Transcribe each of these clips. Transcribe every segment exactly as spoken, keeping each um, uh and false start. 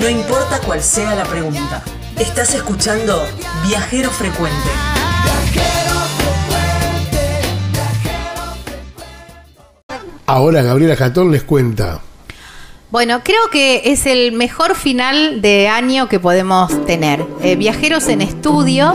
No importa cuál sea la pregunta. Estás escuchando Viajero Frecuente. Ahora Gabriela Jatón les cuenta. Bueno, creo que es el mejor final de año que podemos tener. Eh, viajeros en estudio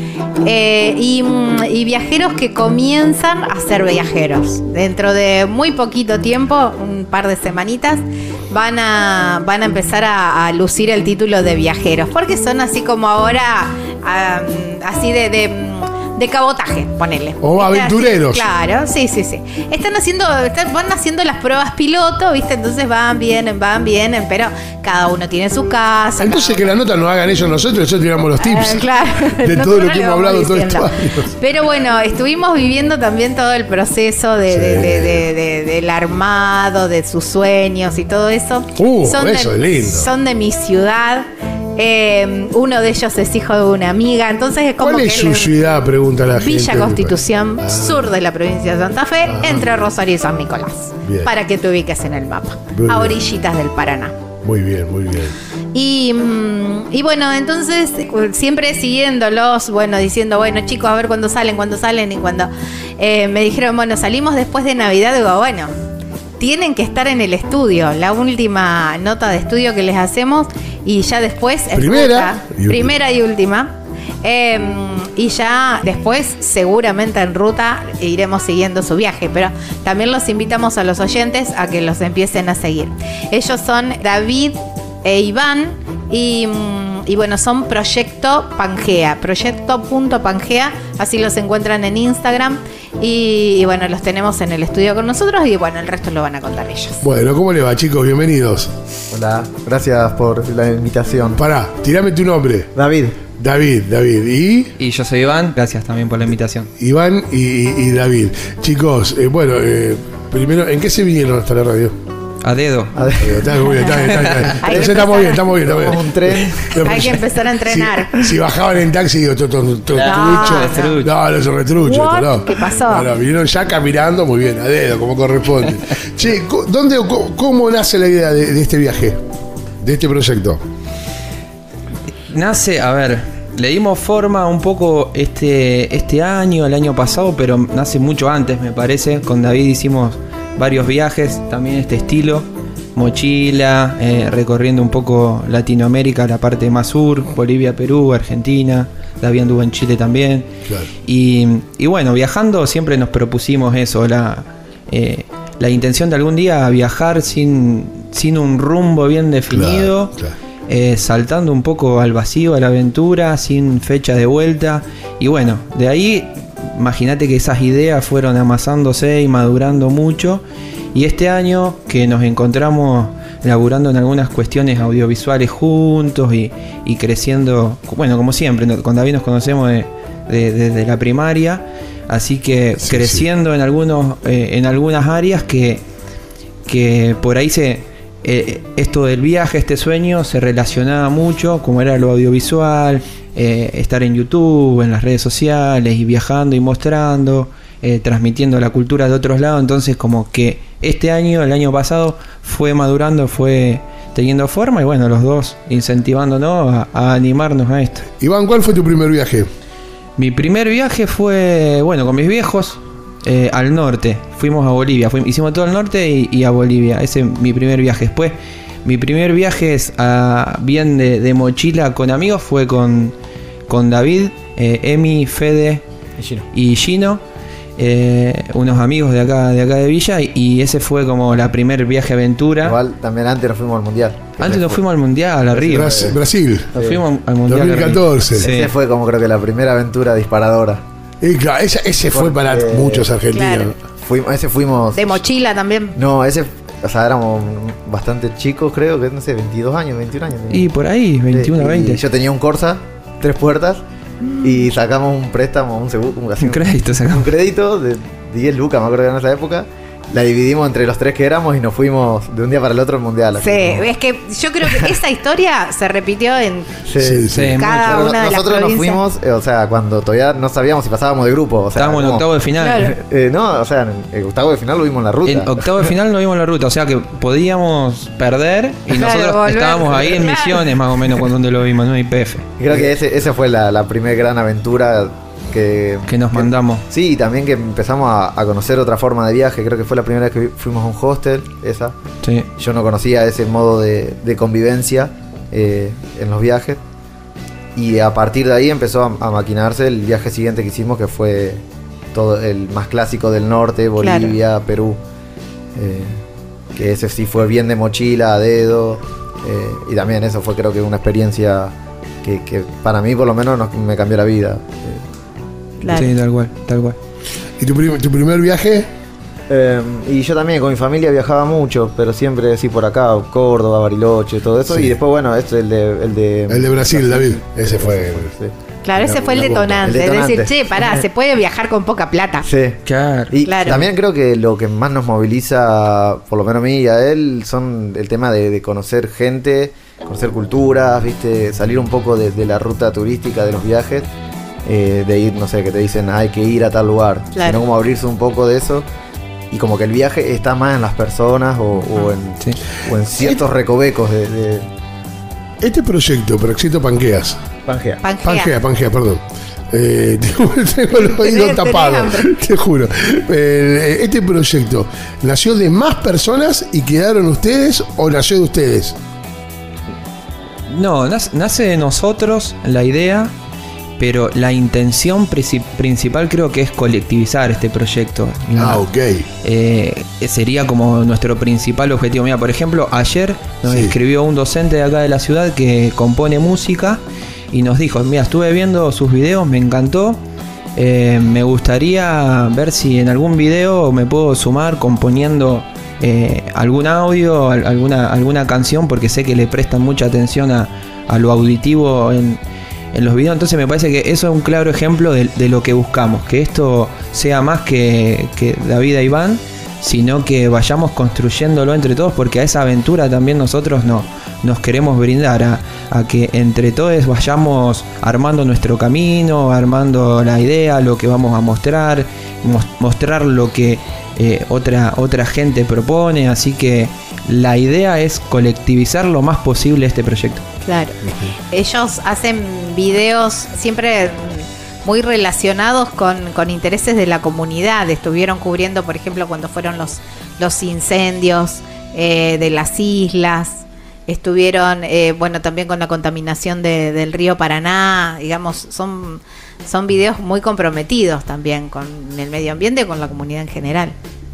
eh, y, y viajeros que comienzan a ser viajeros. Dentro de muy poquito tiempo, un par de semanitas, van a, van a empezar a, a lucir el título de viajeros. Porque son así como ahora, um, así de... de de cabotaje, ponele. O aventureros. Así, claro, sí, sí, sí. Están haciendo, están, van haciendo las pruebas piloto, ¿viste? Entonces van, vienen, van, vienen, pero cada uno tiene su casa. Entonces que la nota no hagan ellos nosotros, nosotros tiramos los tips. Eh, claro. De todo lo que hemos hablado todo estos años. Pero bueno, estuvimos viviendo también todo el proceso de, sí. de, de, de, de, del armado, de sus sueños y todo eso. Uh, son eso de, es lindo. Son de mi ciudad. Eh, uno de ellos es hijo de una amiga, entonces es como ¿Cuál que es su ciudad? Pregunta la gente. Villa Constitución, ah. sur de la provincia de Santa Fe, ah. entre Rosario y San Nicolás. Bien. Para que te ubiques en el mapa. Muy a bien. Orillitas del Paraná. Muy bien, muy bien. Y, y bueno, entonces siempre siguiéndolos, bueno, diciendo, bueno, chicos, a ver cuándo salen, cuándo salen. Y cuando eh, me dijeron, bueno, salimos después de Navidad, digo, bueno, tienen que estar en el estudio, la última nota de estudio que les hacemos y ya después primera ruta, y primera y última eh, y ya después seguramente en ruta iremos siguiendo su viaje, pero también los invitamos a los oyentes a que los empiecen a seguir. Ellos son David e Iván y, y bueno, son Proyecto Pangea, proyecto.pangea, así los encuentran en Instagram. Y, y bueno, los tenemos en el estudio con nosotros y bueno, el resto lo van a contar ellos. Bueno, ¿cómo le va, chicos? Bienvenidos. Hola, gracias por la invitación. Pará, tirame tu nombre. David. David, David. ¿Y? Y yo soy Iván, gracias también por la invitación. Iván y, y, y David. Chicos, eh, bueno, eh, primero, ¿en qué se vinieron hasta la radio? A dedo. A dedo. Está muy bien, está bien, está bien. Entonces estamos bien, estamos bien, estamos bien. Un tren. Hay que empezar a entrenar. Si, si bajaban en taxi, digo, trucho. No, no, no, son retruchos. No. ¿Qué pasó? No, no, vinieron ya caminando muy bien, a dedo, como corresponde. Che, ¿dónde, cómo, ¿cómo nace la idea de, de este viaje? De este proyecto. Nace, a ver, le dimos forma un poco este, este año, el año pasado, pero nace mucho antes, me parece. Con David hicimos varios viajes, también este estilo, mochila, eh, recorriendo un poco Latinoamérica, la parte más sur, Bolivia, Perú, Argentina, David anduvo en Chile también. Claro. Y, y bueno, viajando siempre nos propusimos eso, la, eh, la intención de algún día viajar sin, sin un rumbo bien definido, claro, claro. Eh, saltando un poco al vacío, a la aventura, sin fecha de vuelta. Y bueno, de ahí... Imagínate que esas ideas fueron amasándose y madurando mucho. Y este año que nos encontramos laburando en algunas cuestiones audiovisuales juntos y, y creciendo, bueno, como siempre, con David nos conocemos de, de, desde la primaria. Así que sí, creciendo sí. en algunos eh, en algunas áreas que, que por ahí se eh, esto del viaje, este sueño, se relacionaba mucho, como era lo audiovisual. Eh, estar en YouTube, en las redes sociales y viajando y mostrando, eh, transmitiendo la cultura de otros lados. Entonces como que este año, el año pasado, fue madurando, fue teniendo forma y bueno, los dos incentivándonos a, a animarnos a esto. Iván, ¿cuál fue tu primer viaje? Mi primer viaje fue, bueno, con mis viejos eh, al norte. Fuimos a Bolivia, fuimos, hicimos todo el norte y, y a Bolivia. Ese es mi primer viaje. Después, mi primer viaje es a, bien de, de mochila con amigos, fue con, con David, eh, Emi, Fede y Gino, y Gino eh, unos amigos de acá de acá de Villa, y, y ese fue como la primer viaje aventura. Igual también antes nos fuimos al Mundial. Antes nos fuimos al Mundial, a Río. Brasil. Brasil. Nos fuimos al Mundial. dos mil catorce. Sí. Ese fue como creo que la primera aventura disparadora. Y claro, ese, ese fue para eh, muchos argentinos. Claro. Fuimos, ese fuimos... De mochila también. No, ese... O sea, éramos bastante chicos, creo que, no sé, veintidós años, veintiún años. Y por ahí, veintiuno, veinte. Yo tenía un Corsa, tres puertas, y sacamos un préstamo, un seguro, un, un crédito, sacamos. Un crédito de diez lucas, me acuerdo que en esa época. la dividimos entre los tres que éramos y nos fuimos de un día para el otro al mundial. Sí, es que yo creo que esa historia se repitió en Sí, Sí, sí. cada Pero una de las nosotros nos provincias. fuimos, eh, o sea, cuando todavía no sabíamos si pasábamos de grupo. O sea, Estábamos en como- octavo de final. Claro. Eh, no, o sea, en el octavo de final lo vimos en la ruta. En octavo de final no vimos la ruta, o sea que podíamos perder y Claro, nosotros volver. estábamos ahí en Claro. Misiones más o menos cuando donde lo vimos, no I P F, Y creo que ese, esa fue la, la primera gran aventura que, que nos mandamos. Sí, y también que empezamos a, a conocer otra forma de viaje. Creo que fue la primera vez que fuimos a un hostel, esa. Sí. Yo no conocía ese modo de, de convivencia eh, en los viajes. Y a partir de ahí empezó a, a maquinarse el viaje siguiente que hicimos, que fue todo el más clásico del norte, Bolivia, Perú. Eh, que ese sí fue bien de mochila, a dedo. Eh, y también eso fue creo que una experiencia que, que para mí por lo menos nos- me cambió la vida. Eh, Claro. Sí, tal cual, tal cual. ¿Y tu, prim- tu primer viaje? Eh, y yo también con mi familia viajaba mucho, pero siempre así por acá, Córdoba, Bariloche, todo eso. Sí. Y después, bueno, este el de. El de, El de Brasil, David. Ese fue. Sí. Claro, ese fue el La bomba. detonante. El Es decir, detonante. che, pará, se puede viajar con poca plata. Sí. Claro. Y Claro. también creo que lo que más nos moviliza, por lo menos a mí y a él, son el tema de, de conocer gente, conocer culturas, viste, salir un poco de, de la ruta turística de los viajes, eh, de ir, no sé, que te dicen hay que ir a tal lugar, Claro. sino como abrirse un poco de eso. Y como que el viaje está más en las personas o, o en, Sí. o en ciertos recovecos de, de Este proyecto, Proyecto Panqueas. Pangea. Pangea. Pangea, Pangea, perdón. Eh, tengo, tengo los oídos Tenés- tapados, tenés hambre. te juro. Eh, este proyecto, ¿nació de más personas y quedaron ustedes o nació de ustedes? No, nace, nace de nosotros la idea, pero la intención princi- principal creo que es colectivizar este proyecto. La- Ah, ok. eh, sería como nuestro principal objetivo. Mira, por ejemplo, ayer nos Sí. escribió un docente de acá de la ciudad que compone música y nos dijo, mira, estuve viendo sus videos, me encantó, eh, me gustaría ver si en algún video me puedo sumar componiendo eh, algún audio, al- alguna, alguna canción, porque sé que le prestan mucha atención a, a lo auditivo en, en los videos. Entonces me parece que eso es un claro ejemplo de, de lo que buscamos, que esto sea más que, que David e Iván, sino que vayamos construyéndolo entre todos, porque a esa aventura también nosotros no, nos queremos brindar, a, a que entre todos vayamos armando nuestro camino, armando la idea, lo que vamos a mostrar, mos- mostrar lo que eh, otra, otra gente propone, así que la idea es colectivizar lo más posible este proyecto. Claro. Ellos hacen videos siempre muy relacionados con, con intereses de la comunidad. Estuvieron cubriendo, por ejemplo, cuando fueron los, los incendios eh, de las islas. Estuvieron, eh, bueno, también con la contaminación de- del río Paraná. Digamos, son, son videos muy comprometidos también con el medio ambiente y con la comunidad en general.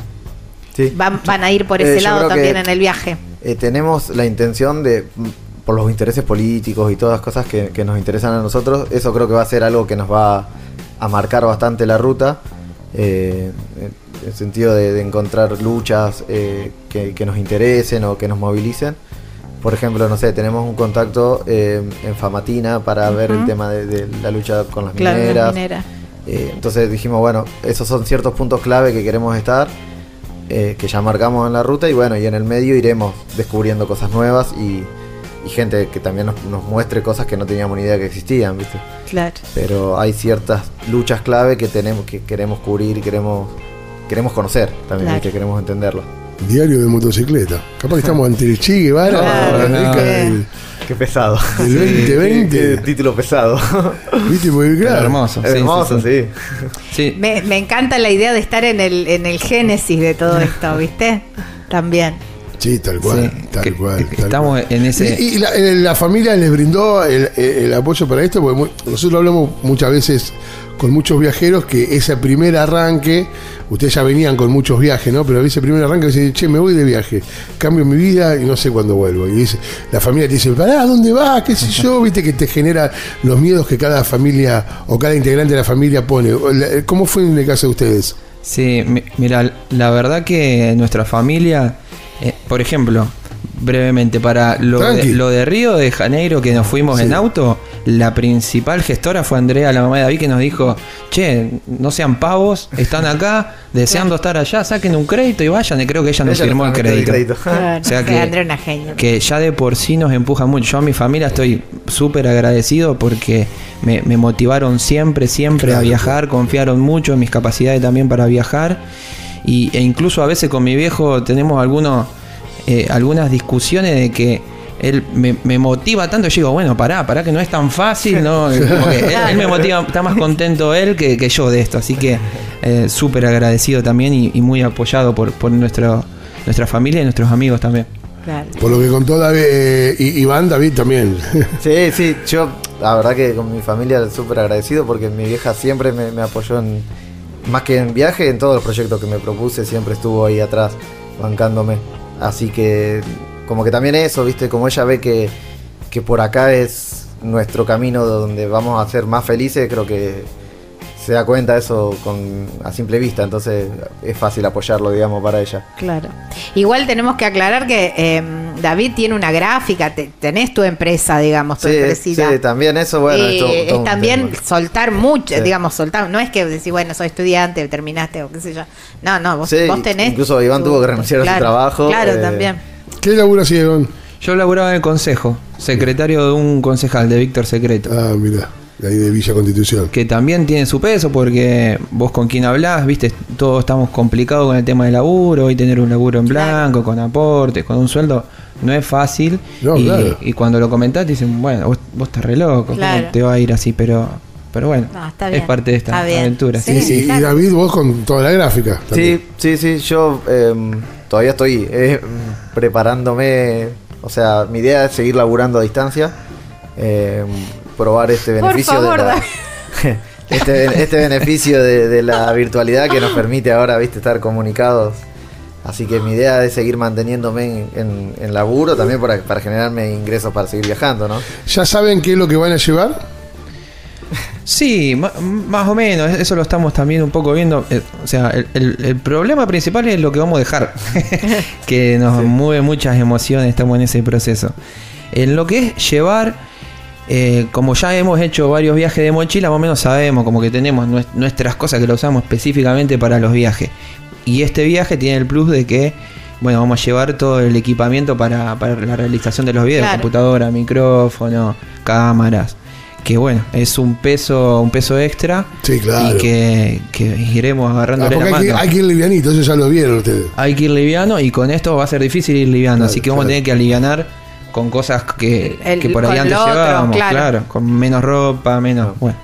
Sí. Van, van a ir por Eh, ese yo lado creo también que- en el viaje. Eh, tenemos la intención de, mm, por los intereses políticos y todas las cosas que, que nos interesan a nosotros, eso creo que va a ser algo que nos va a marcar bastante la ruta, eh, en el sentido de, de encontrar luchas eh, que, que nos interesen o que nos movilicen. Por ejemplo, no sé, tenemos un contacto eh, en Famatina para ver el Ujú. tema de, de la lucha con las Claro, las mineras. mineras. Eh, entonces dijimos, bueno, esos son ciertos puntos clave que queremos estar, eh, que ya marcamos en la ruta, y bueno, y en el medio iremos descubriendo cosas nuevas y, y gente que también nos, nos muestre cosas que no teníamos ni idea que existían, ¿viste? Claro. Pero hay ciertas luchas clave que tenemos, que queremos cubrir, queremos, queremos conocer también, Claro. que queremos entenderlo. Diario de motocicleta. Capaz que estamos ante el Che Guevara, Claro, la no. década del, Qué pesado. del veinte Qué veinte. título pesado. ¿Viste? Porque claro. Hermoso. sí, sí, Hermoso, sí. sí. Sí. Me, me encanta la idea de estar en el, en el génesis de todo esto, ¿viste? También. Sí, tal cual, Sí, tal que- cual. que tal estamos cual. en ese- Y, y la, eh, la familia les brindó el, el apoyo para esto, porque mu- nosotros hablamos muchas veces con muchos viajeros que ese primer arranque, ustedes ya venían con muchos viajes, ¿no? Pero ese primer arranque dice, che, me voy de viaje, cambio mi vida y no sé cuándo vuelvo. Y dice, la familia te dice, pará, ¿dónde vas? ¿Qué sé yo? Viste que te genera los miedos que cada familia o cada integrante de la familia pone. ¿Cómo fue en el caso de ustedes? Sí, mi- mira, la verdad que nuestra familia, eh, por ejemplo, brevemente, para lo Tranqui. de, lo de Río de Janeiro que nos fuimos Sí. en auto, la principal gestora fue Andrea, la mamá de David, que nos dijo, che, no sean pavos, están acá deseando estar allá, saquen un crédito y vayan. Y creo que ella nos Ella firmó el nos prometió el crédito. crédito. Claro, O sea sí, que, Andrea es una genia. que ya de por sí nos empuja mucho. Yo a mi familia estoy súper agradecido porque me, me motivaron siempre, siempre Claro. a viajar, confiaron mucho en mis capacidades también para viajar. Y, e incluso a veces con mi viejo tenemos algunos, eh, algunas discusiones de que él me, me motiva tanto, yo digo, bueno, pará, pará que no es tan fácil, ¿no? Como que él, él me motiva, está más contento él que, que yo de esto, así que eh, súper agradecido también y, y muy apoyado por, por nuestro, nuestra familia y nuestros amigos también. Claro. Por lo que contó David, eh, I- Iván, David también. Sí, sí, yo la verdad que con mi familia súper agradecido porque mi vieja siempre me, me apoyó en, más que en viaje, en todos los proyectos que me propuse, siempre estuvo ahí atrás, bancándome. Así que como que también eso, viste, como ella ve que, que por acá es nuestro camino donde vamos a ser más felices, creo que se da cuenta eso con, a simple vista, entonces es fácil apoyarlo, digamos, para ella. Claro. Igual tenemos que aclarar que eh, David tiene una gráfica, te- tenés tu empresa, digamos, tu Sí, empresita. sí, también eso, bueno, Eh, esto- todo es un también tema. soltar mucho, Sí. digamos, soltar. No es que decir, bueno, soy estudiante, terminaste o qué sé yo. No, no, vos, Sí, vos tenés. incluso Iván tuvo que renunciar a su Claro, trabajo, Claro, eh, también. ¿Qué laburo así, Iván? Yo laburaba en el consejo, secretario de un concejal de Víctor Secreto. Ah, mira, de ahí de Villa Constitución. Que también tiene su peso porque vos con quien hablás, viste, todos estamos complicados con el tema del laburo, y tener un laburo en blanco, con aportes, con un sueldo, no es fácil. No, y, claro. y cuando lo comentás te dicen, bueno, vos, vos estás re loco, Claro. ¿cómo te va a ir así? Pero, pero bueno, No, está es bien, parte de esta está bien. aventura. Sí, Sí, sí. Y, y claro. David, vos con toda la gráfica. también. Sí, sí, sí, yo eh, todavía estoy eh, preparándome, o sea, mi idea es seguir laburando a distancia, eh, probar este Por beneficio favor, de la, David. este, este beneficio de, de la virtualidad que nos permite ahora, viste, estar comunicados. Así que mi idea es seguir manteniéndome en, en, en laburo también para, para generarme ingresos para seguir viajando, ¿no? ¿Ya saben qué es lo que van a llevar? Sí, ma- más o menos, eso lo estamos también un poco viendo. Eh, O sea, el, el- el problema principal es lo que vamos a dejar, que nos mueve muchas emociones, estamos en ese proceso. En lo que es llevar, eh, como ya hemos hecho varios viajes de mochila, más o menos sabemos, como que tenemos nues- nuestras cosas que lo usamos específicamente para los viajes. Y este viaje tiene el plus de que, bueno, vamos a llevar todo el equipamiento para, para la realización de los videos, Claro. computadora, micrófono, cámaras. Que bueno, es un peso un peso extra. Sí, claro. Y que, que iremos Ah, agarrándole porque la hay que, mano. hay que ir livianito, eso ya lo vieron ustedes. Hay que ir liviano y con esto va a ser difícil ir liviano. Claro, así que vamos claro. a tener que alivianar con cosas que, El- que por ahí con antes lo otro, llevábamos. claro. Claro. con menos ropa, menos. Bueno.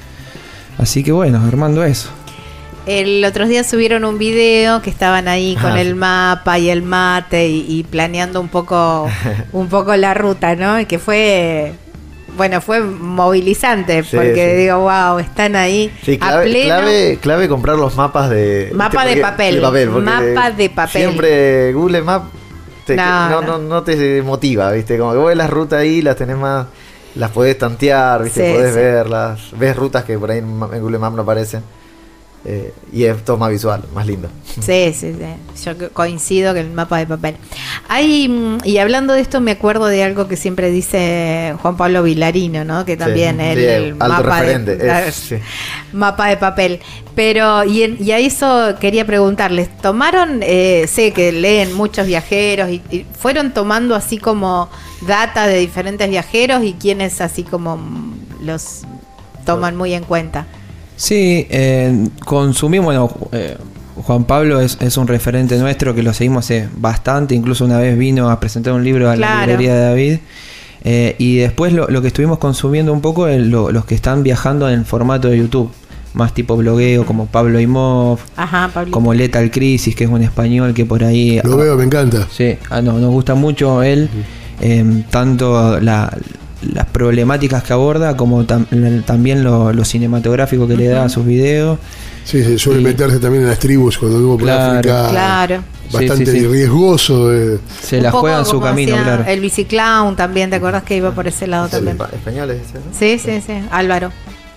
Así que bueno, armando eso. El otros días subieron un video que estaban ahí con Ah, el sí. mapa y el mate y, y planeando un poco un poco la ruta, ¿no? Y que fue, bueno, fue movilizante Sí, porque sí. digo, wow, están ahí Sí, a clave, pleno. clave, clave comprar los mapas de... Mapa porque- de papel, de papel porque mapa de papel. Siempre Google Maps te- No, no, no. no, no te motiva, ¿viste? Como que vos ves las rutas ahí, las tenés más... Las podés tantear, ¿viste? Sí, podés sí. verlas. Ves rutas que por ahí en Ma- en Google Maps no aparecen. Eh, y es todo más visual, más lindo. Sí, sí, sí. Yo co- coincido que el mapa de papel. Hay, mm, y hablando de esto, me acuerdo de algo que siempre dice Juan Pablo Vilarino, ¿no? Que también Sí, el, sí, el alto mapa, referente, de, es, sí. mapa de papel. Pero, y, en- y a eso quería preguntarles, ¿tomaron, eh, sé que leen muchos viajeros, y, y fueron tomando así como data de diferentes viajeros y quienes así como mm, los toman muy en cuenta? Sí, eh, consumimos, bueno, eh, Juan Pablo es, es un referente nuestro que lo seguimos hace bastante, incluso una vez vino a presentar un libro a la Claro. librería de David. Eh, y después lo, lo que estuvimos consumiendo un poco es lo- los que están viajando en el formato de YouTube, más tipo blogueo, como Pablo Imhoff, Ajá, Pablo. como Lethal Crisis, que es un español que por ahí... Lo veo, me encanta. Sí, ah, no, nos gusta mucho él, eh, tanto la, las problemáticas que aborda como tam- la- también lo, lo cinematográfico que le da a sus videos. Sí, se suele Y- meterse también en las tribus cuando anduvo por Claro. África. Claro. Bastante Sí, sí, sí. riesgoso. eh. Se Un la poco juega en su como camino, hacía claro. El biciclown también, ¿te acuerdas que iba por ese lado también? Espa- Españoles, ese, ¿no? Sí, sí, sí, Álvaro.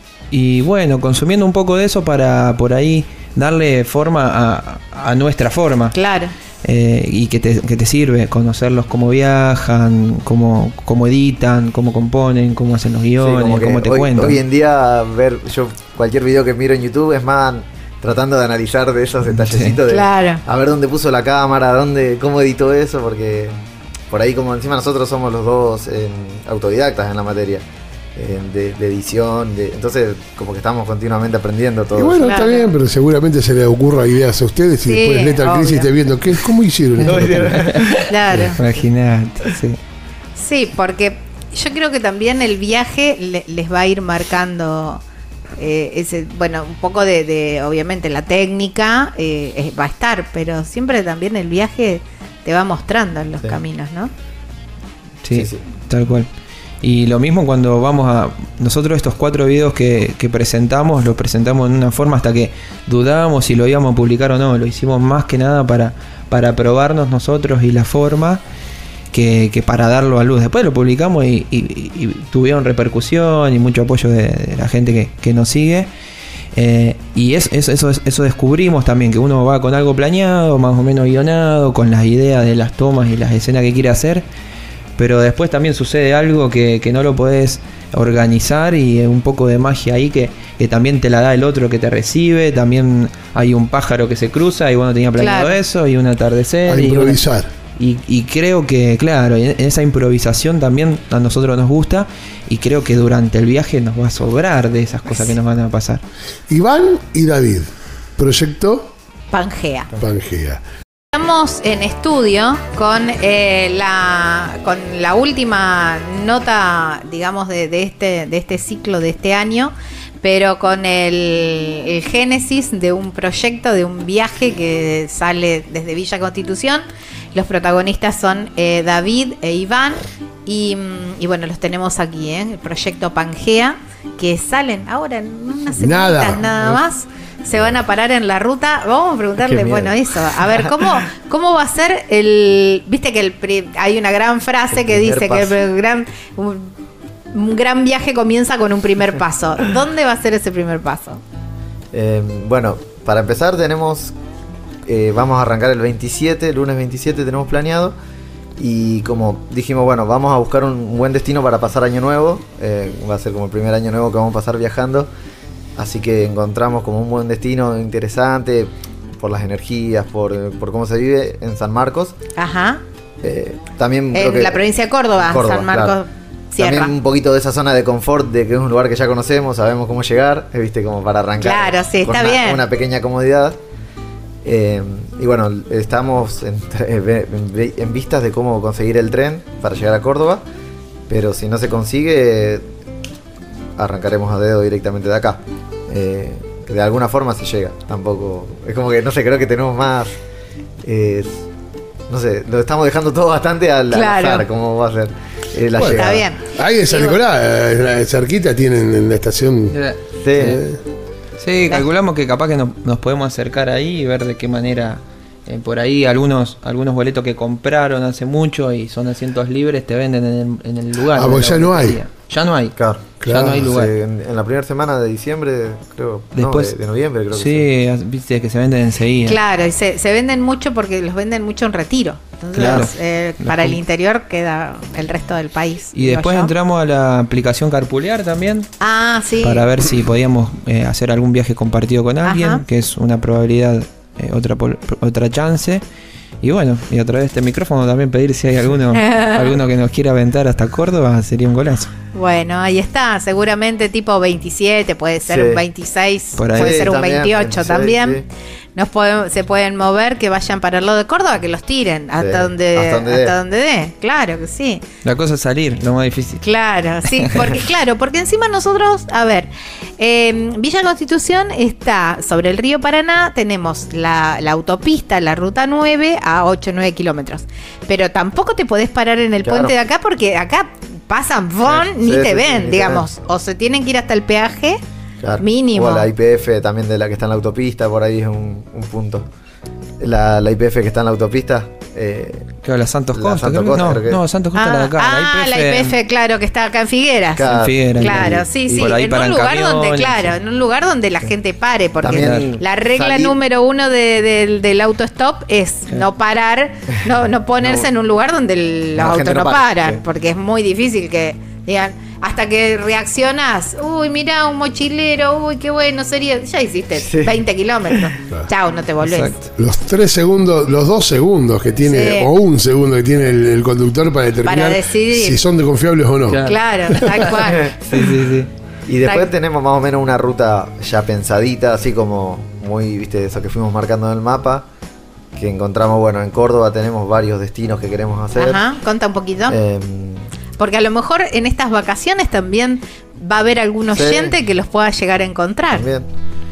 Y bueno, consumiendo un poco de eso para por ahí darle forma a, a nuestra forma. Claro. eh, y que te, que te sirve conocerlos cómo viajan, cómo, cómo editan, cómo componen, cómo hacen los guiones, Sí, como que cómo te hoy, cuentan. Hoy en día, ver yo cualquier video que miro en YouTube es más tratando de analizar de esos detallecitos de Claro. a ver dónde puso la cámara, dónde, cómo editó eso, porque por ahí como encima nosotros somos los dos eh, autodidactas en la materia. De, de edición, de, entonces como que estamos continuamente aprendiendo todo. Y bueno, Claro. está bien, pero seguramente se les ocurra ideas a ustedes y Sí, después Lethal obvio. Crisis esté viendo ¿qué, cómo hicieron esto. Claro. Imagínate, sí. Sí, porque yo creo que también el viaje le- les va a ir marcando eh, ese, bueno, un poco de, de obviamente la técnica eh, eh, va a estar, pero siempre también el viaje te va mostrando en los Sí. caminos, ¿no? Sí, Sí, sí. tal cual. Y lo mismo cuando vamos a... Nosotros estos cuatro videos que, que presentamos, los presentamos en una forma hasta que dudábamos si lo íbamos a publicar o no. Lo hicimos más que nada para, para probarnos nosotros y la forma que, que para darlo a luz. Después lo publicamos y, y- y tuvieron repercusión y mucho apoyo de, de la gente que, que nos sigue. Eh, y es, es- eso, es- eso descubrimos también, que uno va con algo planeado, más o menos guionado, con las ideas de las tomas y las escenas que quiere hacer. Pero después también sucede algo que, que no lo podés organizar y un poco de magia ahí que, que también te la da el otro que te recibe. También hay un pájaro que se cruza y bueno, tenía planeado Claro. eso y un atardecer. A y improvisar. y, y creo que, claro, en en esa improvisación también a nosotros nos gusta y creo que durante el viaje nos va a sobrar de esas cosas que nos van a pasar. Iván y David, proyecto Pangea. Pangea. Estamos en estudio con eh, la con la última nota, digamos, de, de este de este ciclo de este año, pero con el, el génesis de un proyecto, de un viaje que sale desde Villa Constitución. Los protagonistas son eh, David e Iván y, mm, y bueno, los tenemos aquí, ¿eh? El proyecto Pangea, que salen ahora en unas semanitas Nada. nada más. Se van a parar en la ruta. Vamos a preguntarle, Qué miedo. bueno, eso. A ver, ¿cómo, cómo va a ser el... Viste que el pri- hay una gran frase El que primer dice paso. que el gran, un, un gran viaje comienza con un primer paso. ¿Dónde va a ser ese primer paso? Eh, bueno, para empezar tenemos, eh, vamos a arrancar el veintisiete, lunes veintisiete tenemos planeado. Y como dijimos, bueno, vamos a buscar un buen destino para pasar año nuevo. eh, va a ser como el primer año nuevo que vamos a pasar viajando. Así que encontramos como un buen destino interesante por las energías, por, por cómo se vive en San Marcos. Ajá. Eh, también creo En que- la provincia de Córdoba, Córdoba, San Marcos, claro. Sierra. También un poquito de esa zona de confort, de que es un lugar que ya conocemos, sabemos cómo llegar, eh, viste, como para arrancar. Claro, sí, con está una, bien. una pequeña comodidad. Eh, y bueno, estamos en, en- en vistas de cómo conseguir el tren para llegar a Córdoba, pero si no se consigue, arrancaremos a dedo directamente de acá. Eh, que de alguna forma se llega, tampoco. Es como que no sé, creo que tenemos más. eh, no sé, lo estamos dejando todo bastante al, al Claro. azar, cómo va a ser eh, la Bueno, Está llegada. bien. Ahí en San Y bueno, Nicolás, eh, cerquita tienen en la estación. Sí. eh, Sí, calculamos que capaz que nos, nos podemos acercar ahí y ver de qué manera eh, por ahí algunos algunos boletos que compraron hace mucho y son asientos libres te venden en el, en el lugar. Ah, en porque la ya no hay. boletería. Ya no hay. Claro. Ya no hay lugar. Sí, en, en la primera semana de diciembre, creo. Después, no, de, de noviembre, creo que sí, viste que se venden enseguida. Claro, y se, se venden mucho porque los venden mucho en retiro. Entonces, Claro. eh, Los para el com- interior queda el resto del país. Y digo después yo. entramos a la aplicación Carpulear también Ah, sí. para ver si podíamos eh, hacer algún viaje compartido con alguien, Ajá. que es una probabilidad, eh, otra pol- otra chance. Y bueno, y a través de este micrófono también pedir si hay alguno alguno que nos quiera aventar hasta Córdoba, sería un golazo. Bueno, ahí está. Seguramente tipo veintisiete, puede ser Sí. un veintiséis, Por ahí. puede Sí, ser un también, veintiocho veintiséis, también. sí. Nos podemos, se pueden mover, que vayan para el lado de Córdoba, que los tiren hasta Sí, donde hasta donde dé. hasta donde dé. Claro que sí. La cosa es salir, lo más difícil. Claro, sí, porque claro, porque encima nosotros, a ver, eh, Villa Constitución está sobre el río Paraná, tenemos la, la autopista, la ruta nueve a ocho o nueve kilómetros, pero tampoco te podés parar en el Claro. puente de acá porque acá pasan, von, Sí, ni sí, te sí, ven, ni te digamos, o se tienen que ir hasta el peaje, Claro. mínimo. O la I P F también de la que está en la autopista, por ahí es un, un punto. La, la I P F que está en la autopista Eh, Claro, la Santos La Costa. Santos creo que- Costa, creo que- no, no, Santos Costa Ah, la de acá. ah, la I P F, claro, que está acá en Figueras. Claro. En Figueras. Claro, y- sí, y sí, por ahí en paran un lugar donde, camiones. claro, en un lugar donde la gente pare, porque También la regla salir- número uno de- del- del autostop es no parar, no, no ponerse No. en un lugar donde el- los La autos gente no no para, paran, sí. porque es muy difícil que digan, hasta que reaccionás, uy, mirá, un mochilero, uy, qué bueno sería, ya hiciste Sí. veinte kilómetros, Claro. chau, no te volvés. Exacto. Los tres segundos, los dos segundos que tiene, Sí. o un segundo que tiene el, el conductor para determinar Para decidir. si son de confiables o no. Claro. Claro, tal cual. Sí, sí, sí. Y después Exacto. tenemos más o menos una ruta ya pensadita, así como muy, viste, eso que fuimos marcando en el mapa. Que encontramos, bueno, en Córdoba tenemos varios destinos que queremos hacer. Ajá, conta un poquito. Eh, Porque a lo mejor en estas vacaciones también va a haber algún Sí. oyente que los pueda llegar a encontrar. también.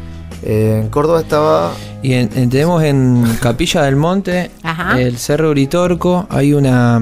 Eh, en Córdoba estaba. Y en- en- tenemos en Capilla del Monte, Ajá. el Cerro Uritorco, hay una,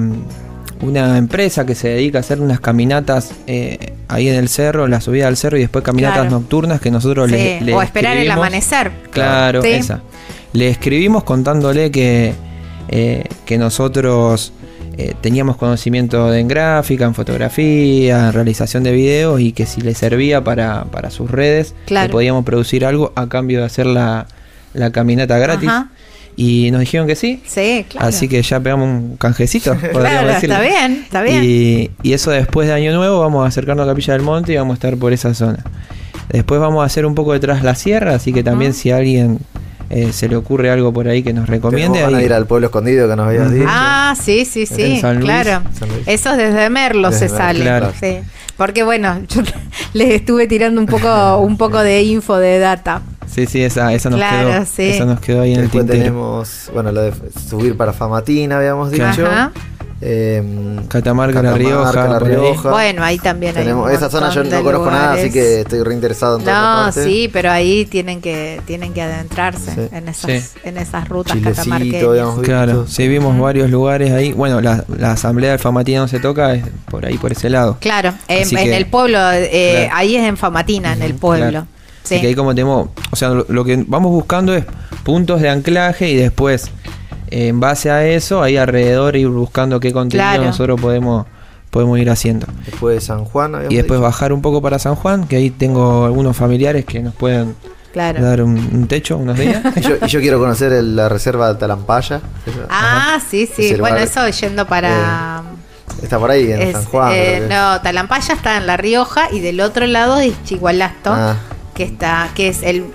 una empresa que se dedica a hacer unas caminatas eh, ahí en el cerro, la subida al cerro y después caminatas Claro. nocturnas que nosotros Sí, le, le o esperar el escribimos. amanecer. Claro, Sí. esa. Le escribimos contándole que, eh, que nosotros eh, teníamos conocimiento en gráfica, en fotografía, en realización de videos y que si le servía para, para sus redes, Claro. le podíamos producir algo a cambio de hacer la, la caminata gratis. Ajá. Y nos dijeron que sí. Sí, claro. Así que ya pegamos un canjecito, podríamos Claro, decirle. está bien, está bien. Y, y eso después de Año Nuevo vamos a acercarnos a Capilla del Monte y vamos a estar por esa zona. Después vamos a hacer un poco detrás la sierra, así que también Ujú. si a alguien eh, se le ocurre algo por ahí que nos recomiende, Van a ahí- ir al pueblo escondido que nos habías Ujú. dicho. Ah, sí, sí, sí, En San Luis. claro. San Luis. Eso desde Merlo Desde se Merlo, sale. claro. Sí. Porque bueno, yo les estuve tirando un poco, un poco de info de data. sí, sí, esa, esa nos Claro, quedó, sí. esa nos quedó ahí en el Después tintero. tenemos, bueno, lo de subir para Famatina, habíamos dicho. Ajá. Eh, Catamarca, La Catamarca, Rioja, La por ahí. Rioja. Bueno, ahí también hay Tenemos, un esa zona yo montón no de conozco nada, así lugares. que estoy reinteresado en toda esa No, parte. sí, pero ahí tienen que tienen que adentrarse Sí. en esas Sí. en esas rutas Chilecito, catamarqueñas. habíamos Claro, visto. sí, vimos varios lugares ahí. Bueno, la, la asamblea de Famatina no se toca, es por ahí, por ese lado. Claro, en, Así en que- el pueblo, eh, Claro. ahí es en Famatina, en el pueblo. Claro. Sí. Así que ahí como tenemos, o sea, lo, lo que vamos buscando es puntos de anclaje y después, eh, en base a eso, ahí alrededor ir buscando qué contenido Claro. nosotros podemos, podemos ir haciendo. Después de San Juan, habíamos Y después dicho. bajar un poco para San Juan, que ahí tengo algunos familiares que nos pueden Claro. dar un, un techo unos días. Y yo, y yo quiero conocer el- la reserva de Talampaya. Ah, sí, sí. Ese Bueno, lugar, eso yendo para Está por ahí en es, San Juan. eh, creo que- no, Talampaya está en La Rioja y del otro lado es Chigualasto, Ah, que está, que es el,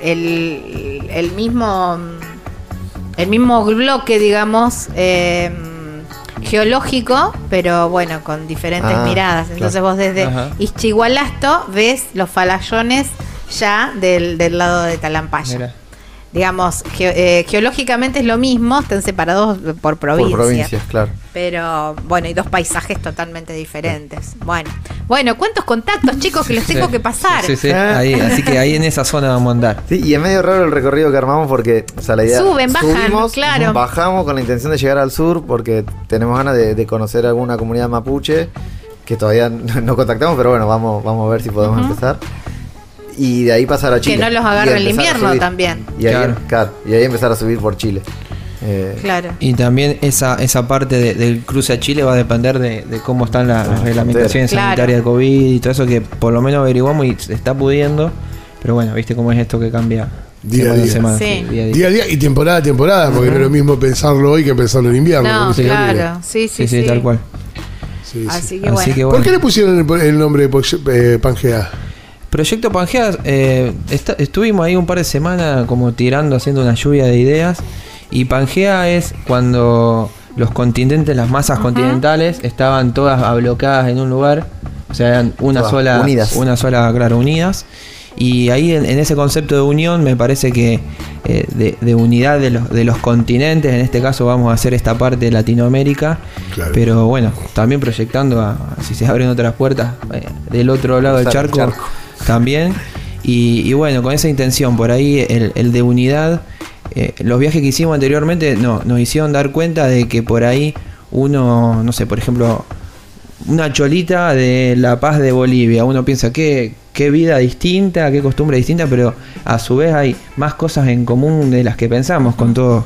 el, el mismo el mismo bloque, digamos, eh, geológico, pero bueno, con diferentes Ah, miradas. Entonces claro. vos desde Ajá. Ixchigualasto ves los falallones ya del, del lado de Talampaya. Mira. Digamos, ge- eh, geológicamente es lo mismo, están separados por provincia. por provincias, claro. Pero bueno, y dos paisajes totalmente diferentes. Bueno, bueno, ¿cuántos contactos, chicos, que los tengo Sí. que pasar? Sí, sí, sí. Ah. Ahí, así que ahí en esa zona vamos a andar. Sí, y es medio raro el recorrido que armamos porque, o sea, la idea Suben, bajan, subimos, claro. bajamos con la intención de llegar al sur porque tenemos ganas de, de conocer alguna comunidad mapuche que todavía no, no contactamos, pero bueno, vamos, vamos a ver si podemos Ujú. empezar. Y de ahí pasar a Chile. Que no los Y agarre el empezar a invierno subir. también. Y ahí, Claro. claro, y ahí empezar a subir por Chile. Eh, Claro. Y también esa, esa parte de- del cruce a Chile va a depender de, de cómo están la- las reglamentaciones Claro. sanitarias de COVID y todo eso que por lo menos averiguamos y se está pudiendo. Pero bueno, viste cómo es esto que cambia Día a semana día. semana, Sí. sí, día a día. Día a día y temporada a temporada, porque no es lo mismo pensarlo hoy que pensarlo en invierno. No, porque es horrible. claro. Sí, sí, Sí, sí, sí. tal cual. Sí, sí. Así que Así bueno. que ¿Por bueno. qué le pusieron el, el nombre de Poch- eh, Pangea? Proyecto Pangea, eh, esta- estuvimos ahí un par de semanas como tirando, haciendo una lluvia de ideas. Y Pangea es cuando los continentes, las masas continentales, estaban todas ablocadas en un lugar. O sea, eran una Todas sola, unidas. una sola, claro, unidas. Y ahí en, en ese concepto de unión me parece que eh, de, de unidad de los, de los continentes, en este caso vamos a hacer esta parte de Latinoamérica, Claro. pero bueno, también proyectando a, a si se abren otras puertas eh, del otro lado del Cruzar el charco, charco. también. Y, y bueno, con esa intención, por ahí el, el de unidad, eh, los viajes que hicimos anteriormente no, nos hicieron dar cuenta de que por ahí uno, no sé, por ejemplo, una cholita de La Paz de Bolivia, uno piensa que qué vida distinta, qué costumbre distinta, pero a su vez hay más cosas en común de las que pensamos con todos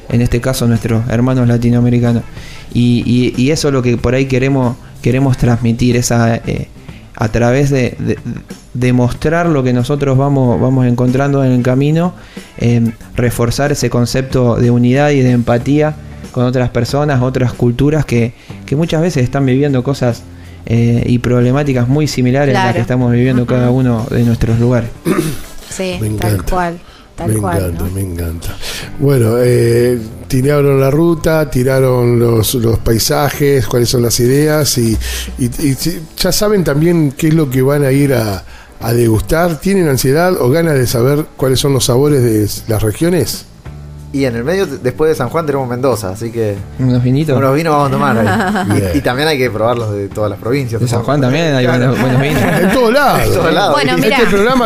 en este caso nuestros hermanos latinoamericanos. Y, y, y eso es lo que por ahí queremos, queremos transmitir, esa... Eh, a través de, de, de mostrar lo que nosotros vamos, vamos encontrando en el camino, eh, reforzar ese concepto de unidad y de empatía con otras personas, otras culturas que, que muchas veces están viviendo cosas eh, y problemáticas muy similares Claro. a las que estamos viviendo uh-huh. cada uno de nuestros lugares. Sí, Me tal encanta. cual. Tal me cual, encanta, ¿no? me encanta. Bueno, eh, tiraron la ruta, tiraron los, los paisajes, cuáles son las ideas y, y, y ya saben también qué es lo que van a ir a, a degustar. ¿Tienen ansiedad o ganas de saber cuáles son los sabores de las regiones? Y en el medio, después de San Juan, tenemos Mendoza, así que Unos vinitos. unos vinos vamos a tomar ahí. Bien. Y, y también hay que probarlos de todas las provincias. De San Juan también hay Claro. buenos, buenos vinos. En todos lados. En todos lados. Bueno, Y mira. este programa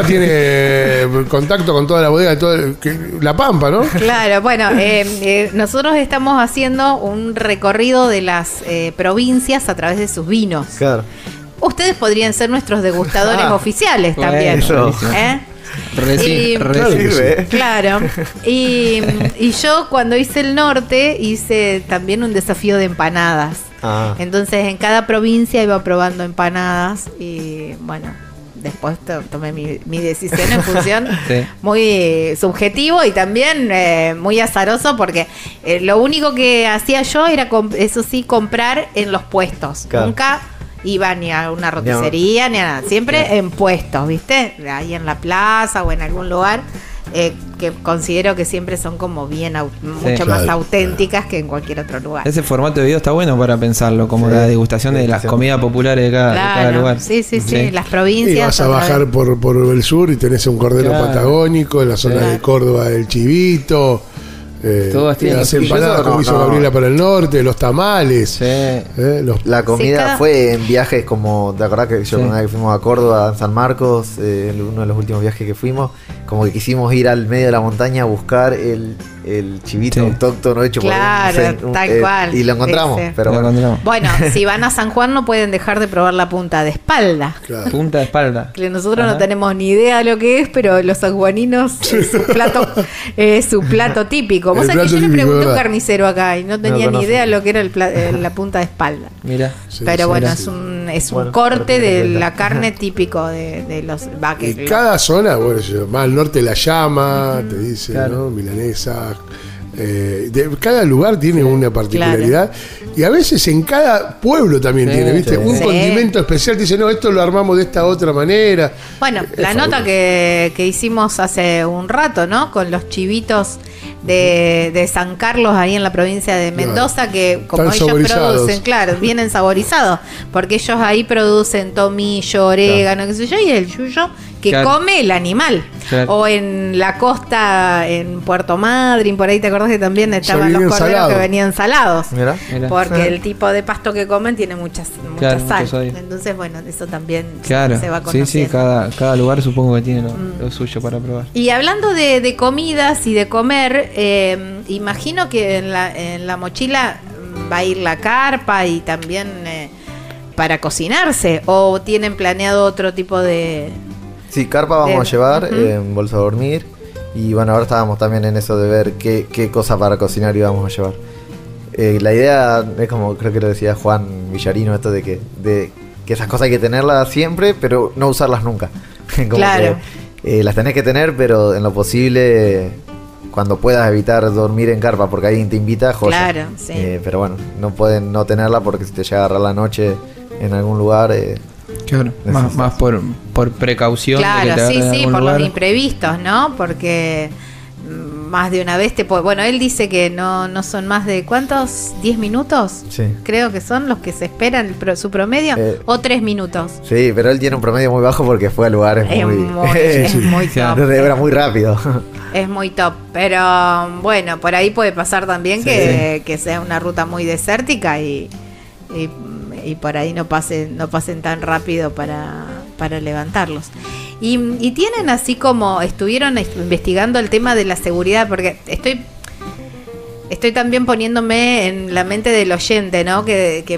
tiene contacto con toda la bodega, de todo el- que- La Pampa, ¿no? Claro, bueno, eh, eh, nosotros estamos haciendo un recorrido de las eh, provincias a través de sus vinos. Claro. Ustedes podrían ser nuestros degustadores Ah, oficiales bueno, también. eso. ¿Eh? Reci, Y- reci- Claro que sí. Sirve. Claro. Y, y yo cuando hice el norte hice también un desafío de empanadas. Ah. Entonces en cada provincia iba probando empanadas y bueno, después to- tomé mi, mi decisión en función Sí. muy eh, subjetivo y también eh, muy azaroso porque eh, lo único que hacía yo era, comp- eso sí, comprar en los puestos. Claro. Nunca iba ni a una roticería ni a nada, siempre en puestos, ¿viste? Ahí en la plaza o en algún lugar. Eh, que considero que siempre son como bien au- mucho más Claro, auténticas que en cualquier otro lugar. Ese formato de video está bueno para pensarlo, como Sí. la degustación de las Degustación. comidas populares de cada, de cada Claro, lugar. sí, sí, sí, Sí. las Y provincias. vas a otra bajar vez. por, por el sur y tenés un cordero Claro. patagónico, en la zona Claro. de Córdoba el chivito, eh, Todas tienen las su- empanadas eso no, como hizo no. Gabriela para el norte, los tamales, Sí. eh, los La comida Sí, cada- fue en viajes como, ¿te acordás que yo Sí. una vez que fuimos a Córdoba, a San Marcos, eh, en uno de los últimos viajes que fuimos, como que quisimos ir al medio de la montaña a buscar el, el chivito Sí. autóctono hecho Claro, por un, un- tal eh, cual. y lo encontramos, Sí, sí. pero Lo bueno. encontramos. Bueno, si van a San Juan no pueden dejar de probar la punta de espalda. claro. Punta de espalda. Que nosotros Ajá. no tenemos ni idea de lo que es, pero los sanjuaninos es su plato, es su plato típico. Vos El sabés que plato yo le típico, pregunté a un ¿verdad? carnicero acá y no tenía ni conoce. idea de lo que era el pla- eh, la punta de espalda. Mira. Sí, pero sí, bueno, sí. es un, es un Bueno, corte para tener de en cuenta. la carne típico de, de los va, que Y lo- cada zona, bueno, yo- más al norte la llama, te dice, Claro. ¿no? Milanesa. eh, de, cada lugar tiene una particularidad y a veces en cada pueblo también Sí, tiene, ¿viste? sí. Un Sí. condimento especial, te dice, no, esto lo armamos de esta otra manera. Bueno, Es la fabuloso. nota que, que hicimos hace un rato, ¿no? Con los chivitos de, de San Carlos, ahí en la provincia de Mendoza, que como Están ellos saborizados. producen, claro, vienen saborizados, porque ellos ahí producen tomillo, orégano, qué sé yo, y el yuyo que Claro. come el animal. Claro. O en la costa, en Puerto Madryn, por ahí te acordás que también estaban los vienen corderos salados. que venían salados. Mirá. Mira. Porque el tipo de pasto que comen tiene muchas, mucha Claro, sal. mucho sodio. Entonces, bueno, eso también Claro. se va Sí, conociendo. sí, cada, cada lugar supongo que tiene lo, lo suyo para probar. Y hablando de, de comidas y de comer, eh, imagino que en la, en la mochila mm, va a ir la carpa y también eh, para cocinarse, o tienen planeado otro tipo de... Sí, carpa vamos De- a llevar Ujú. eh, en bolsa de dormir. Y bueno, ahora estábamos también en eso de ver qué, qué cosa para cocinar íbamos a llevar. Eh, la idea es como creo que lo decía Juan Villarino, esto de que, de que esas cosas hay que tenerlas siempre, pero no usarlas nunca. Como Claro. que, eh, las tenés que tener, pero en lo posible, cuando puedas evitar dormir en carpa, porque alguien te invita, joya. Claro, sí. Eh, pero bueno, no pueden no tenerla porque si te llega a agarrar la noche en algún lugar... eh, Claro. Más, Necesitas. más por, por precaución. de que Claro, te sí, agarren en sí, algún por lugar. los imprevistos, ¿no? Porque mm, más de una vez te puede... Bueno, él dice que no, no son más de... ¿Cuántos? ¿diez minutos? Sí. Creo que son los que se esperan, el pro- su promedio, Eh, o tres minutos. Sí, pero él tiene un promedio muy bajo porque fue a lugares Es muy... muy, es muy top. Entonces era muy rápido. Es muy top, pero bueno, por ahí puede pasar también que, que sea una ruta muy desértica y, y, y por ahí no pasen, no pasen tan rápido para, para levantarlos. Y, y tienen así como, estuvieron est- investigando el tema de la seguridad, porque estoy estoy también poniéndome en la mente del oyente, ¿no? Que, que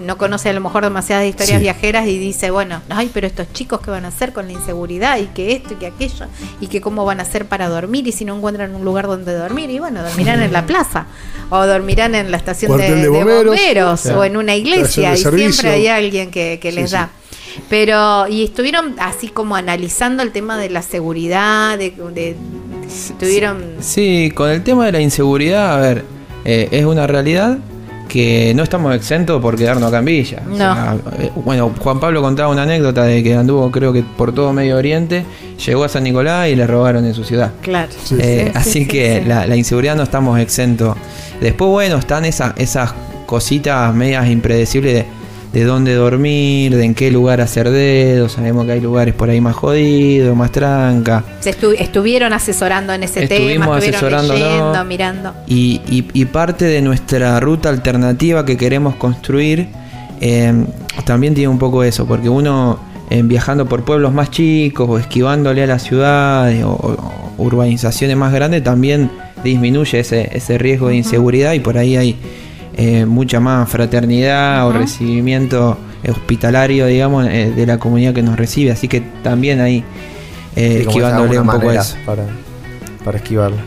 no conoce a lo mejor demasiadas historias Sí. viajeras y dice, bueno, ay, pero estos chicos qué van a hacer con la inseguridad y que esto y que aquello y que cómo van a hacer para dormir y si no encuentran un lugar donde dormir y bueno, dormirán en la plaza o dormirán en la estación de, Cuartel de de bomberos, bomberos, o en una iglesia estación de y servicio. siempre hay alguien que, que Sí, les sí. da. Pero, y estuvieron así como analizando el tema de la seguridad, de, de estuvieron... Sí, con el tema de la inseguridad, a ver, eh, es una realidad que no estamos exentos por quedarnos acá en Villa. O No. sea, eh, bueno, Juan Pablo contaba una anécdota de que anduvo creo que por todo Medio Oriente, llegó a San Nicolás y le robaron en su ciudad. Claro. Sí. Eh, Sí, así sí, que sí, sí. La, la inseguridad no estamos exentos. Después, bueno, están esas, esas cositas medias impredecibles de, de dónde dormir, de en qué lugar hacer dedos. Sabemos que hay lugares por ahí más jodidos, más tranca. Se estu- estuvieron asesorando en ese Estuvimos tema, estuvieron asesorándonos. leyendo, mirando. Y, y- y parte de nuestra ruta alternativa que queremos construir eh, también tiene un poco eso, porque uno eh, viajando por pueblos más chicos o esquivándole a las ciudades o, o urbanizaciones más grandes también disminuye ese, ese riesgo de inseguridad y por ahí hay eh, mucha más fraternidad Ujú. o recibimiento hospitalario, digamos, eh, de la comunidad que nos recibe, así que también ahí eh, Sí, como esquivándole esa un poco manera eso. Para, para esquivarlo.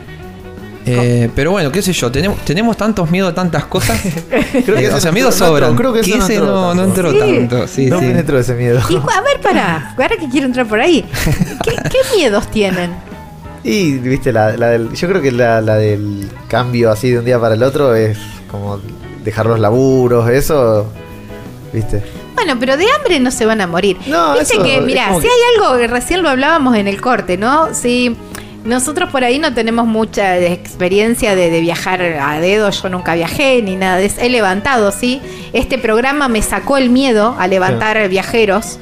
Eh, pero bueno, qué sé yo, tenemos, tenemos tantos miedos a tantas cosas. Creo que Eh, ese o sea, no miedos entró, no sobran. entró, creo que que ese no ese entró no, no tanto. entró Sí. tanto. Sí, no sí. penetró ese miedo. Y, a ver, pará, ahora que quiero entrar por ahí, ¿qué, qué miedos tienen? Y viste, la, la del, yo creo que la, la del cambio así de un día para el otro es como dejar los laburos, eso, viste. Bueno, pero de hambre no se van a morir. No, Viste eso que, es mira, como si que- hay algo que recién lo hablábamos en el corte, ¿no? Si nosotros por ahí no tenemos mucha experiencia de, de viajar a dedo, yo nunca viajé ni nada de eso. He levantado, sí. Este programa me sacó el miedo a levantar viajeros.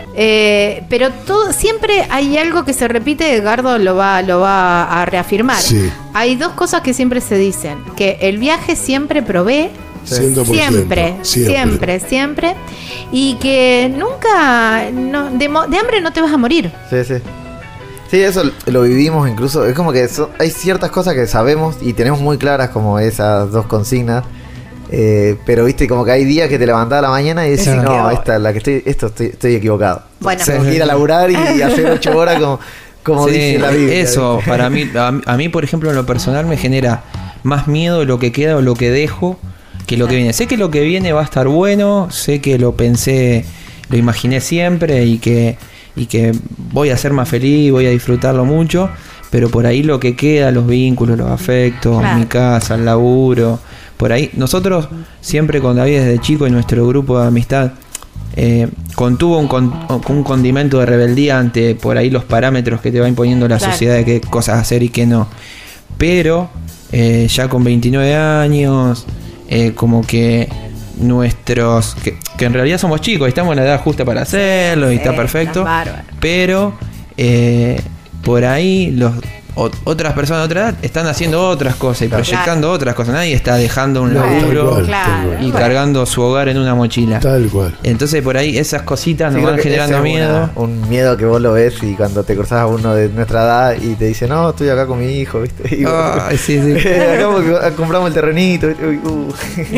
Eh, pero todo, siempre hay algo que se repite, Edgardo lo va, lo va a reafirmar. Sí. Hay dos cosas que siempre se dicen, que el viaje siempre provee, cien por ciento. siempre, siempre, siempre, y que nunca, no, de, mo- de hambre no te vas a morir. Sí, sí. Sí, eso lo vivimos incluso. Es como que son- hay ciertas cosas que sabemos y tenemos muy claras como esas dos consignas. Eh, pero viste, como que hay días que te levantás a la mañana y decís, Sí. no, esta la que estoy, esto estoy, estoy equivocado. Bueno. Tengo que ir a laburar y hacer ocho horas como, como Sí, dice la Biblia. eso, ¿viste? para mí, a, mí- a mí, por ejemplo, en lo personal me genera más miedo lo que queda o lo que dejo que lo que viene. Sé que lo que viene va a estar bueno, sé que lo pensé, lo imaginé siempre y que, y que voy a ser más feliz, voy a disfrutarlo mucho, pero por ahí lo que queda, los vínculos, los afectos, Claro. mi casa, el laburo, por ahí. Nosotros siempre con David desde chico y nuestro grupo de amistad eh, contuvo un, con- un condimento de rebeldía ante por ahí los parámetros que te va imponiendo la Claro. sociedad de qué cosas hacer y qué no. Pero eh, ya con veintinueve años, eh, como que nuestros, que, que en realidad somos chicos, estamos en la edad justa para hacerlo y está Sí, perfecto, está bárbaro. pero eh, por ahí los o- otras personas de otra edad están haciendo otras cosas y Claro. proyectando otras cosas. Nadie está dejando un No, tal laburo cual, Claro. tal cual. y Bueno. cargando su hogar en una mochila. Tal cual. Entonces por ahí esas cositas Sí, nos creo van que generando ese es miedo. una- un miedo que vos lo ves y cuando te cruzas a uno de nuestra edad y te dice, no, estoy acá con mi hijo, ¿viste? Y vos- Ay, sí, sí. acá porque compramos el terrenito. ¿viste? Uy, uh.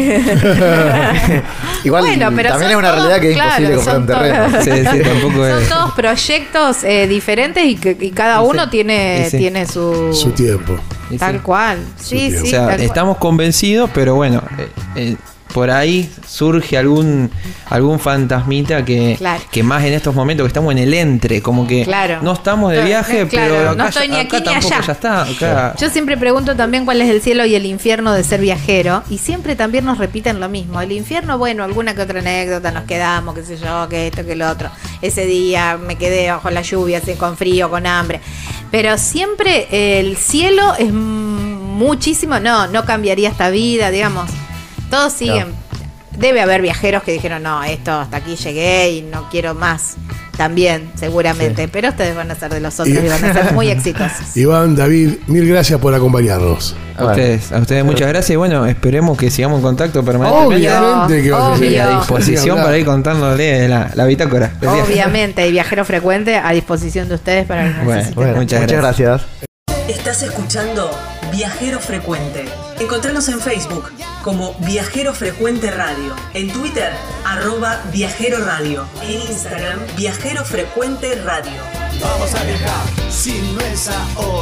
Igual Bueno, pero también son es una todos- realidad que es claro, imposible comprar son un terreno. todos- Sí, sí, tampoco Son es. todos proyectos eh, diferentes y, que, y cada Sí, sí. uno tiene, Sí, sí. tiene su, Su tiempo. Sí, tal sí. cual. Sí, tiempo. sí, O sea, tal cual. estamos convencidos, pero bueno, eh, eh, por ahí surge algún algún fantasmita que, Claro. que más en estos momentos que estamos en el entre, como que Claro. no estamos de No, viaje, claro, pero no acá, estoy ni acá aquí ni tampoco allá. ya está. acá- Yo siempre pregunto también cuál es el cielo y el infierno de ser viajero y siempre también nos repiten lo mismo. El infierno, bueno, alguna que otra anécdota, nos quedamos, qué sé yo, que esto, que lo otro. Ese día me quedé bajo la lluvia, así, con frío, con hambre. Pero siempre el cielo es muchísimo, no, no cambiaría esta vida, digamos. Todos siguen. Debe haber viajeros que dijeron, no, esto hasta aquí llegué y no quiero más. También, seguramente. Pero ustedes van a ser de los otros y, Y- van a ser muy exitosos. Iván, David, mil gracias por acompañarnos. A ustedes, a ustedes muchas gracias y bueno, esperemos que sigamos en contacto permanentemente. Obviamente que va a Obvio. Y a Obvio. disposición para ir contándole la, la bitácora. del viaje. Obviamente, y viajero frecuente a disposición de ustedes para lo que Bueno, necesiten. Bueno, Muchas muchas, gracias. Estás escuchando Viajero Frecuente. Encontranos en Facebook, como Viajero Frecuente Radio. En Twitter, arroba Viajero Radio. En Instagram, Viajero Frecuente Radio. Vamos a viajar, si no es ahora.